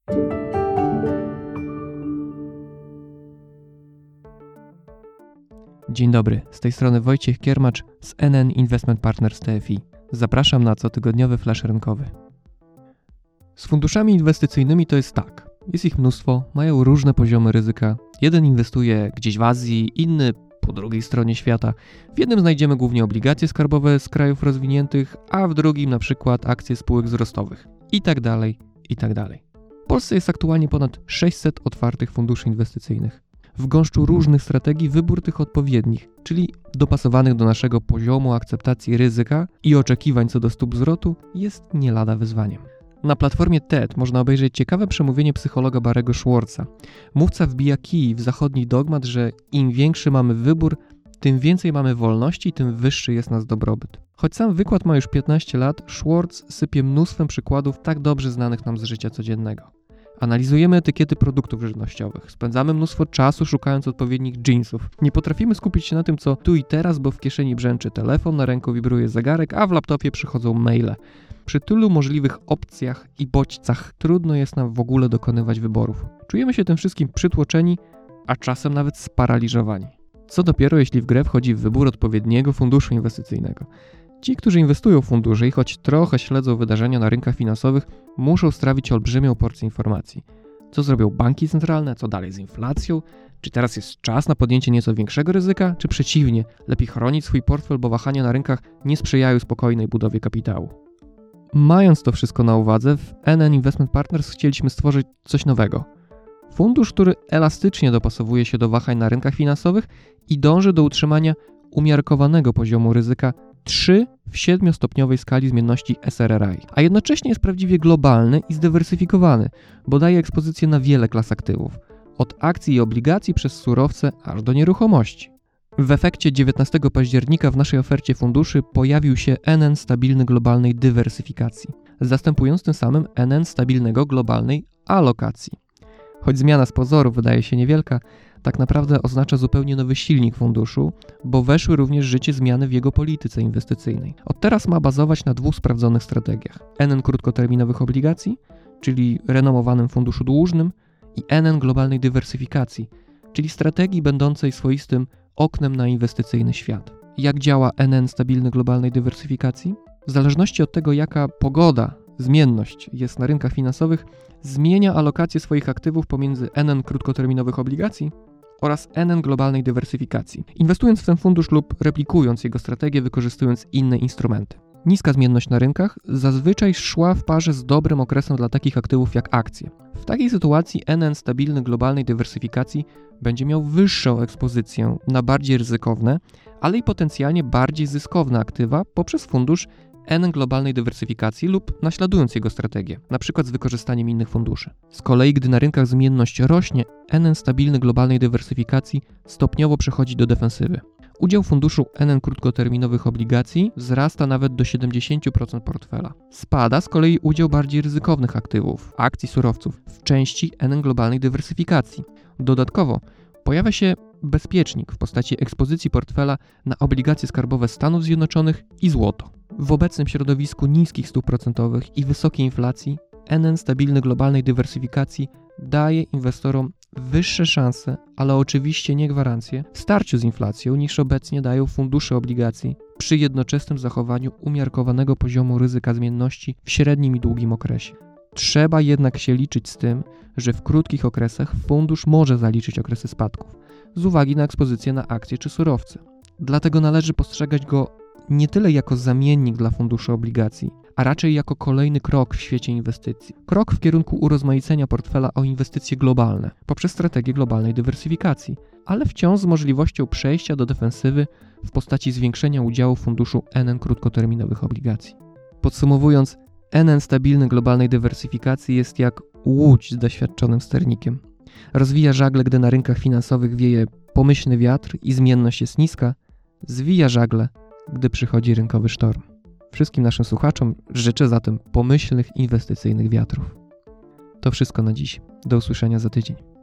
Dzień dobry, z tej strony Wojciech Kiermacz z NN Investment Partners TFI. Zapraszam na cotygodniowy flash rynkowy. Z funduszami inwestycyjnymi to jest tak. Jest ich mnóstwo, mają różne poziomy ryzyka. Jeden inwestuje gdzieś w Azji, inny po drugiej stronie świata. W jednym znajdziemy głównie obligacje skarbowe z krajów rozwiniętych, a w drugim na przykład akcje spółek wzrostowych. I tak dalej. W Polsce jest aktualnie ponad 600 otwartych funduszy inwestycyjnych. W gąszczu różnych strategii wybór tych odpowiednich, czyli dopasowanych do naszego poziomu akceptacji ryzyka i oczekiwań co do stóp zwrotu, jest nie lada wyzwaniem. Na platformie TED można obejrzeć ciekawe przemówienie psychologa Barry'ego Schwartza. Mówca wbija kij w zachodni dogmat, że im większy mamy wybór, tym więcej mamy wolności, tym wyższy jest nasz dobrobyt. Choć sam wykład ma już 15 lat, Schwartz sypie mnóstwem przykładów tak dobrze znanych nam z życia codziennego. Analizujemy etykiety produktów żywnościowych, spędzamy mnóstwo czasu szukając odpowiednich dżinsów. Nie potrafimy skupić się na tym, co tu i teraz, bo w kieszeni brzęczy telefon, na ręku wibruje zegarek, a w laptopie przychodzą maile. Przy tylu możliwych opcjach i bodźcach trudno jest nam w ogóle dokonywać wyborów. Czujemy się tym wszystkim przytłoczeni, a czasem nawet sparaliżowani. Co dopiero, jeśli w grę wchodzi wybór odpowiedniego funduszu inwestycyjnego. Ci, którzy inwestują w fundusze i choć trochę śledzą wydarzenia na rynkach finansowych, muszą strawić olbrzymią porcję informacji. Co zrobią banki centralne, co dalej z inflacją? Czy teraz jest czas na podjęcie nieco większego ryzyka? Czy przeciwnie, lepiej chronić swój portfel, bo wahania na rynkach nie sprzyjają spokojnej budowie kapitału? Mając to wszystko na uwadze, w NN Investment Partners chcieliśmy stworzyć coś nowego. Fundusz, który elastycznie dopasowuje się do wahań na rynkach finansowych i dąży do utrzymania umiarkowanego poziomu ryzyka 3 w 7-stopniowej skali zmienności SRRI, a jednocześnie jest prawdziwie globalny i zdywersyfikowany, bo daje ekspozycję na wiele klas aktywów, od akcji i obligacji przez surowce aż do nieruchomości. W efekcie 19 października w naszej ofercie funduszy pojawił się NN stabilny globalnej dywersyfikacji, zastępując tym samym NN stabilnego globalnej alokacji. Choć zmiana z pozoru wydaje się niewielka, tak naprawdę oznacza zupełnie nowy silnik funduszu, bo weszły również w życie zmiany w jego polityce inwestycyjnej. Od teraz ma bazować na 2 sprawdzonych strategiach. NN krótkoterminowych obligacji, czyli renomowanym funduszu dłużnym, i NN globalnej dywersyfikacji, czyli strategii będącej swoistym oknem na inwestycyjny świat. Jak działa NN stabilny globalnej dywersyfikacji? W zależności od tego, jaka pogoda, zmienność jest na rynkach finansowych, zmienia alokację swoich aktywów pomiędzy NN krótkoterminowych obligacji oraz NN globalnej dywersyfikacji, inwestując w ten fundusz lub replikując jego strategię, wykorzystując inne instrumenty. Niska zmienność na rynkach zazwyczaj szła w parze z dobrym okresem dla takich aktywów jak akcje. W takiej sytuacji NN stabilny globalnej dywersyfikacji będzie miał wyższą ekspozycję na bardziej ryzykowne, ale i potencjalnie bardziej zyskowne aktywa poprzez fundusz NN globalnej dywersyfikacji lub naśladując jego strategię, np. z wykorzystaniem innych funduszy. Z kolei, gdy na rynkach zmienność rośnie, NN stabilny globalnej dywersyfikacji stopniowo przechodzi do defensywy. Udział funduszu NN krótkoterminowych obligacji wzrasta nawet do 70% portfela. Spada z kolei udział bardziej ryzykownych aktywów, akcji, surowców w części NN globalnej dywersyfikacji. Dodatkowo pojawia się bezpiecznik w postaci ekspozycji portfela na obligacje skarbowe Stanów Zjednoczonych i złoto. W obecnym środowisku niskich stóp procentowych i wysokiej inflacji NN stabilny globalnej dywersyfikacji daje inwestorom wyższe szanse, ale oczywiście nie gwarancje, w starciu z inflacją niż obecnie dają fundusze obligacji przy jednoczesnym zachowaniu umiarkowanego poziomu ryzyka zmienności w średnim i długim okresie. Trzeba jednak się liczyć z tym, że w krótkich okresach fundusz może zaliczyć okresy spadków z uwagi na ekspozycję na akcje czy surowce. Dlatego należy postrzegać go nie tyle jako zamiennik dla funduszy obligacji, a raczej jako kolejny krok w świecie inwestycji. Krok w kierunku urozmaicenia portfela o inwestycje globalne poprzez strategię globalnej dywersyfikacji, ale wciąż z możliwością przejścia do defensywy w postaci zwiększenia udziału funduszu NN krótkoterminowych obligacji. Podsumowując, NN stabilny globalnej dywersyfikacji jest jak łódź z doświadczonym sternikiem. Rozwija żagle, gdy na rynkach finansowych wieje pomyślny wiatr i zmienność jest niska, zwija żagle, gdy przychodzi rynkowy sztorm. Wszystkim naszym słuchaczom życzę zatem pomyślnych inwestycyjnych wiatrów. To wszystko na dziś. Do usłyszenia za tydzień.